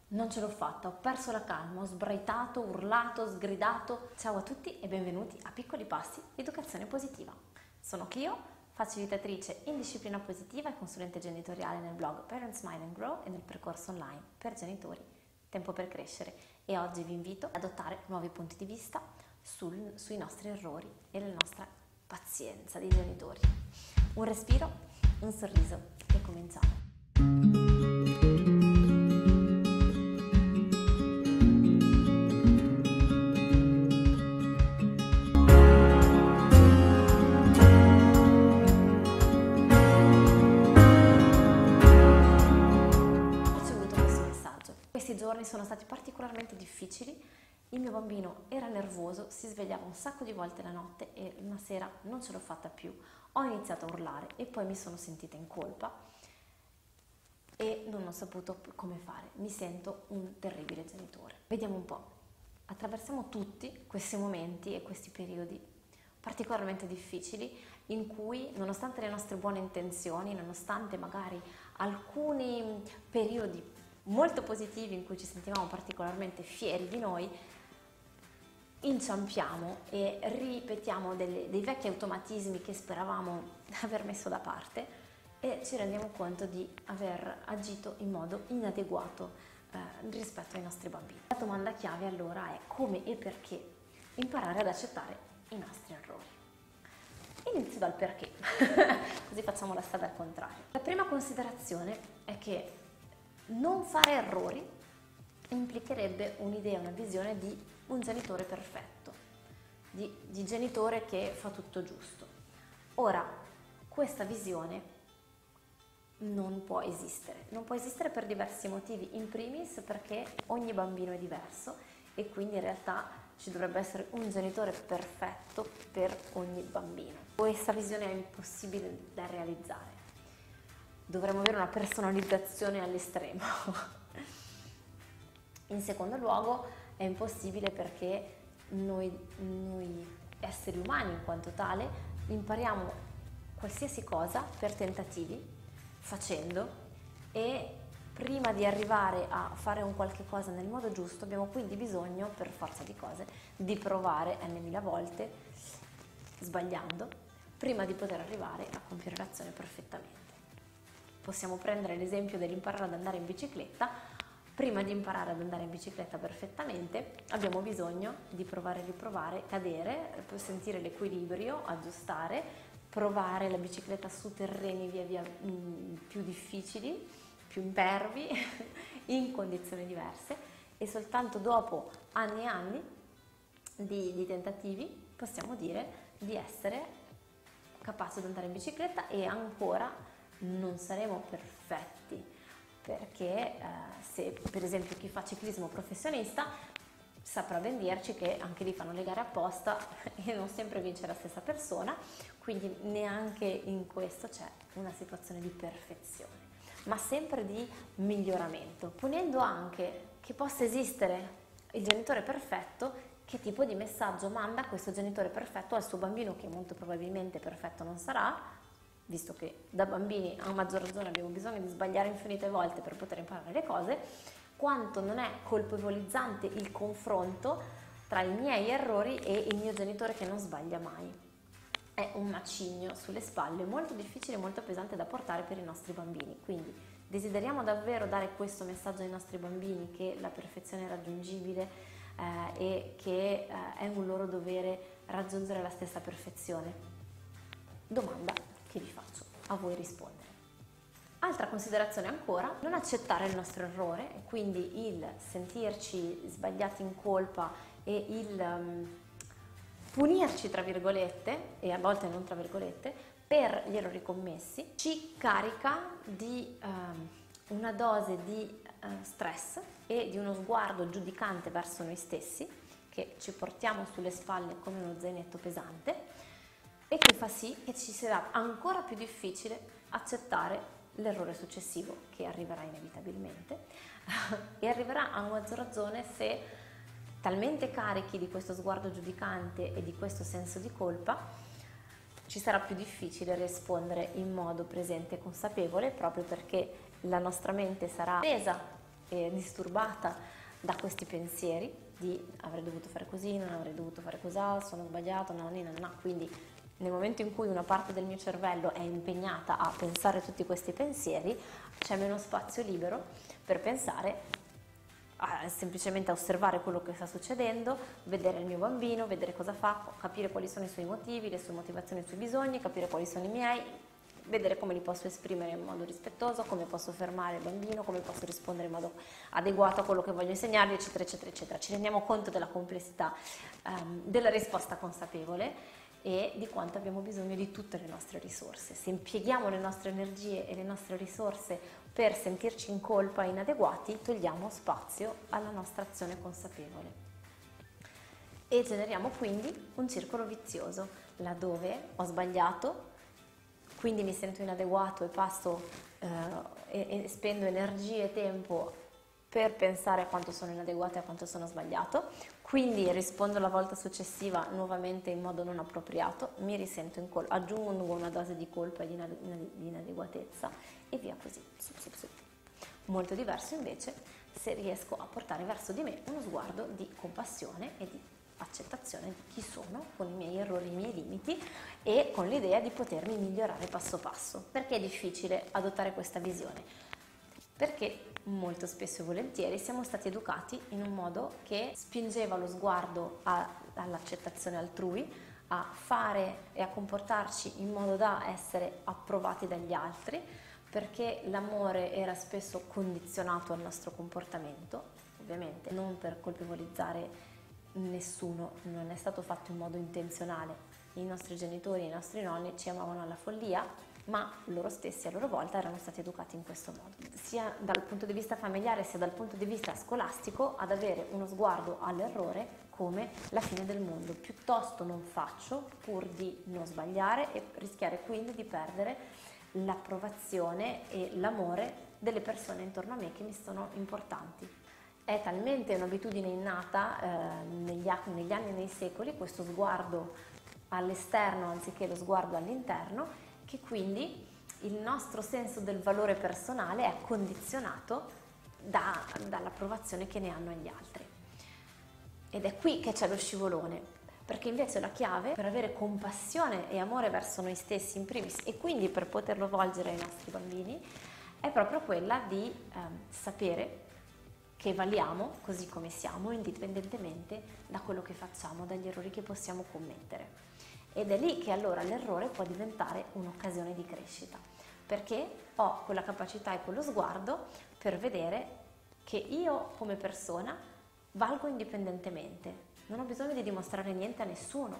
Non ce l'ho fatta, ho perso la calma, ho sbraitato, urlato, sgridato. Ciao a tutti e benvenuti a Piccoli Passi di Educazione Positiva. Sono Clio, facilitatrice in disciplina positiva e consulente genitoriale nel blog Parents Mind and Grow e nel percorso online per genitori Tempo per Crescere, e oggi vi invito ad adottare nuovi punti di vista sui nostri errori e la nostra pazienza di genitori. Un respiro, un sorriso e cominciamo. Questi giorni sono stati particolarmente difficili, il mio bambino era nervoso, si svegliava un sacco di volte la notte e una sera non ce l'ho fatta più, ho iniziato a urlare e poi mi sono sentita in colpa e non ho saputo come fare, mi sento un terribile genitore. Vediamo un po', attraversiamo tutti questi momenti e questi periodi particolarmente difficili in cui, nonostante le nostre buone intenzioni, nonostante magari alcuni periodi molto positivi in cui ci sentivamo particolarmente fieri di noi, inciampiamo e ripetiamo dei vecchi automatismi che speravamo aver messo da parte e ci rendiamo conto di aver agito in modo inadeguato rispetto ai nostri bambini. La domanda chiave allora è come e perché imparare ad accettare i nostri errori. Inizio dal perché, così facciamo la strada al contrario. La prima considerazione è che non fare errori implicherebbe un'idea, una visione di un genitore perfetto, di genitore che fa tutto giusto. Ora, questa visione non può esistere per diversi motivi. In primis perché ogni bambino è diverso e quindi in realtà ci dovrebbe essere un genitore perfetto per ogni bambino. Questa visione è impossibile da realizzare. Dovremmo avere una personalizzazione all'estremo. In secondo luogo è impossibile perché noi esseri umani in quanto tale impariamo qualsiasi cosa per tentativi, facendo, e prima di arrivare a fare un qualche cosa nel modo giusto abbiamo quindi bisogno, per forza di cose, di provare n.000 volte, sbagliando, prima di poter arrivare a compiere l'azione perfettamente. Possiamo prendere l'esempio dell'imparare ad andare in bicicletta. Prima di imparare ad andare in bicicletta perfettamente abbiamo bisogno di provare e riprovare, cadere, sentire l'equilibrio, aggiustare, provare la bicicletta su terreni via via più difficili, più impervi, in condizioni diverse, e soltanto dopo anni e anni di tentativi possiamo dire di essere capaci di andare in bicicletta. E ancora non saremo perfetti, perché se per esempio chi fa ciclismo professionista saprà ben dirci che anche lì fanno le gare apposta e non sempre vince la stessa persona, quindi neanche in questo c'è una situazione di perfezione, ma sempre di miglioramento, ponendo anche che possa esistere il genitore perfetto. Che tipo di messaggio manda questo genitore perfetto al suo bambino, che molto probabilmente perfetto non sarà, visto che da bambini a maggior ragione abbiamo bisogno di sbagliare infinite volte per poter imparare le cose, quanto non è colpevolizzante il confronto tra i miei errori e il mio genitore che non sbaglia mai. È un macigno sulle spalle molto difficile e molto pesante da portare per i nostri bambini. Quindi desideriamo davvero dare questo messaggio ai nostri bambini, che la perfezione è raggiungibile e che è un loro dovere raggiungere la stessa perfezione? Domanda che vi faccio a voi rispondere. Altra considerazione ancora, non accettare il nostro errore, quindi il sentirci sbagliati in colpa e il punirci tra virgolette, e a volte non tra virgolette, per gli errori commessi, ci carica di una dose di stress e di uno sguardo giudicante verso noi stessi, che ci portiamo sulle spalle come uno zainetto pesante, e che fa sì che ci sarà ancora più difficile accettare l'errore successivo, che arriverà inevitabilmente e arriverà a maggior ragione se talmente carichi di questo sguardo giudicante e di questo senso di colpa. Ci sarà più difficile rispondere in modo presente e consapevole, proprio perché la nostra mente sarà presa e disturbata da questi pensieri di avrei dovuto fare così, non avrei dovuto fare così, sono sbagliato, no, no, no. Quindi nel momento in cui una parte del mio cervello è impegnata a pensare tutti questi pensieri, c'è meno spazio libero per pensare semplicemente a osservare quello che sta succedendo, vedere il mio bambino, vedere cosa fa, capire quali sono i suoi motivi, le sue motivazioni, i suoi bisogni, capire quali sono i miei, vedere come li posso esprimere in modo rispettoso, come posso fermare il bambino, come posso rispondere in modo adeguato a quello che voglio insegnargli, eccetera, eccetera, eccetera. Ci rendiamo conto della complessità della risposta consapevole e di quanto abbiamo bisogno di tutte le nostre risorse. Se impieghiamo le nostre energie e le nostre risorse per sentirci in colpa e inadeguati, togliamo spazio alla nostra azione consapevole e generiamo quindi un circolo vizioso, laddove ho sbagliato, quindi mi sento inadeguato e passo e spendo energie e tempo per pensare a quanto sono inadeguato e a quanto sono sbagliato, quindi rispondo la volta successiva nuovamente in modo non appropriato, mi risento in colpa, aggiungo una dose di colpa e di inadeguatezza e via così. Molto diverso invece se riesco a portare verso di me uno sguardo di compassione e di accettazione di chi sono, con i miei errori e i miei limiti e con l'idea di potermi migliorare passo passo. Perché è difficile adottare questa visione? Perché molto spesso e volentieri siamo stati educati in un modo che spingeva lo sguardo all'accettazione altrui, a fare e a comportarci in modo da essere approvati dagli altri, perché l'amore era spesso condizionato al nostro comportamento, ovviamente non per colpevolizzare nessuno, non è stato fatto in modo intenzionale. I nostri genitori e i nostri nonni ci amavano alla follia, ma loro stessi a loro volta erano stati educati in questo modo, sia dal punto di vista familiare sia dal punto di vista scolastico, ad avere uno sguardo all'errore come la fine del mondo. Piuttosto non faccio pur di non sbagliare e rischiare quindi di perdere l'approvazione e l'amore delle persone intorno a me che mi sono importanti. È talmente un'abitudine innata negli anni e nei secoli questo sguardo all'esterno anziché lo sguardo all'interno, che quindi il nostro senso del valore personale è condizionato dall'approvazione che ne hanno gli altri. Ed è qui che c'è lo scivolone, perché invece la chiave per avere compassione e amore verso noi stessi in primis e quindi per poterlo volgere ai nostri bambini è proprio quella di sapere che valiamo così come siamo, indipendentemente da quello che facciamo, dagli errori che possiamo commettere. Ed è lì che allora l'errore può diventare un'occasione di crescita, perché ho quella capacità e quello sguardo per vedere che io come persona valgo indipendentemente, non ho bisogno di dimostrare niente a nessuno.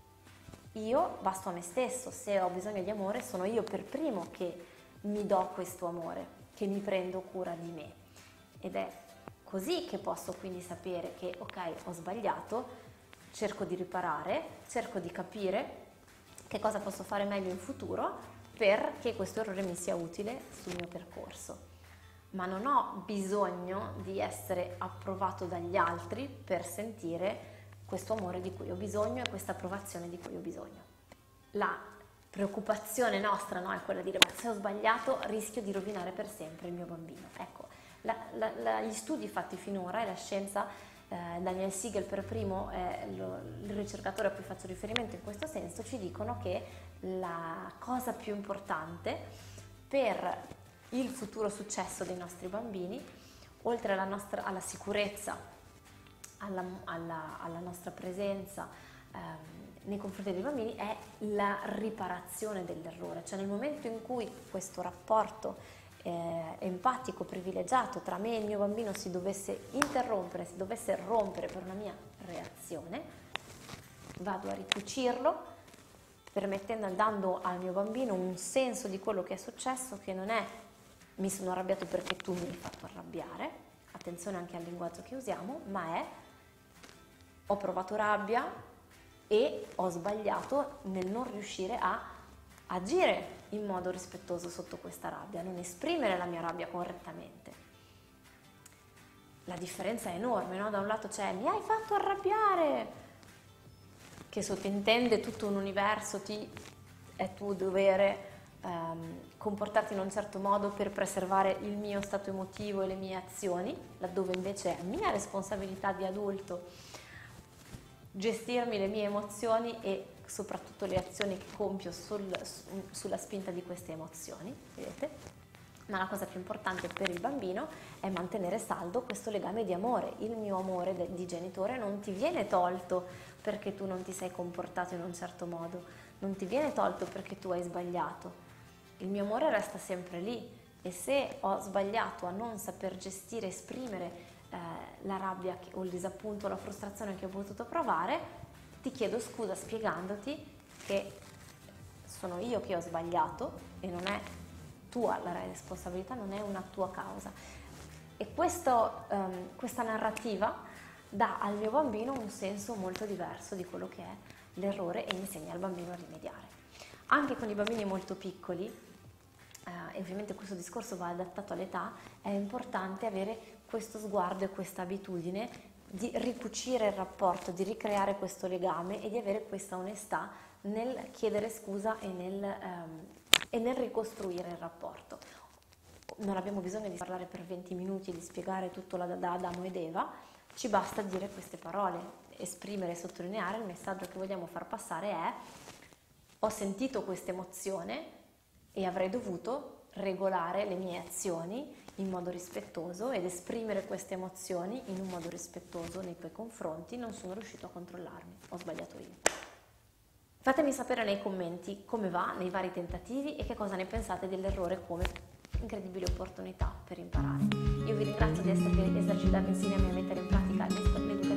Io basto a me stesso, se ho bisogno di amore sono io per primo che mi do questo amore, che mi prendo cura di me. Ed è così che posso quindi sapere che ok, ho sbagliato, cerco di riparare, cerco di capire che cosa posso fare meglio in futuro perché questo errore mi sia utile sul mio percorso. Ma non ho bisogno di essere approvato dagli altri per sentire questo amore di cui ho bisogno e questa approvazione di cui ho bisogno. La preoccupazione nostra, no, è quella di dire ma se ho sbagliato rischio di rovinare per sempre il mio bambino. Ecco, gli studi fatti finora e la scienza, Daniel Siegel per primo, il ricercatore a cui faccio riferimento in questo senso, ci dicono che la cosa più importante per il futuro successo dei nostri bambini, oltre alla sicurezza, alla nostra presenza nei confronti dei bambini, è la riparazione dell'errore. Cioè nel momento in cui questo rapporto empatico privilegiato tra me e il mio bambino si dovesse interrompere, si dovesse rompere per una mia reazione, vado a ricucirlo, dando al mio bambino un senso di quello che è successo, che non è mi sono arrabbiato perché tu mi hai fatto arrabbiare, attenzione anche al linguaggio che usiamo, ma è ho provato rabbia e ho sbagliato nel non riuscire a agire in modo rispettoso sotto questa rabbia, non esprimere la mia rabbia correttamente. La differenza è enorme, no? Da un lato c'è mi hai fatto arrabbiare, che sottintende tutto un universo, è tuo dovere comportarti in un certo modo per preservare il mio stato emotivo e le mie azioni, laddove invece è mia responsabilità di adulto gestirmi le mie emozioni e soprattutto le azioni che compio sulla spinta di queste emozioni, vedete? Ma la cosa più importante per il bambino è mantenere saldo questo legame di amore. Il mio amore di genitore non ti viene tolto perché tu non ti sei comportato in un certo modo, non ti viene tolto perché tu hai sbagliato. Il mio amore resta sempre lì e se ho sbagliato a non saper gestire, esprimere la rabbia o il disappunto, la frustrazione che ho potuto provare, ti chiedo scusa spiegandoti che sono io che ho sbagliato e non è tua la responsabilità, non è una tua causa. E questa narrativa dà al mio bambino un senso molto diverso di quello che è l'errore e insegna al bambino a rimediare. Anche con i bambini molto piccoli, e ovviamente questo discorso va adattato all'età, è importante avere questo sguardo e questa abitudine di ricucire il rapporto, di ricreare questo legame e di avere questa onestà nel chiedere scusa e nel ricostruire il rapporto. Non abbiamo bisogno di parlare per 20 minuti e di spiegare tutto da Adamo ed Eva, ci basta dire queste parole, esprimere e sottolineare il messaggio che vogliamo far passare è: ho sentito questa emozione e avrei dovuto regolare le mie azioni in modo rispettoso ed esprimere queste emozioni in un modo rispettoso nei tuoi confronti, non sono riuscito a controllarmi, ho sbagliato io. Fatemi sapere nei commenti come va nei vari tentativi e che cosa ne pensate dell'errore come incredibile opportunità per imparare. Io vi ringrazio di esserci esercitati insieme a me a mettere in pratica le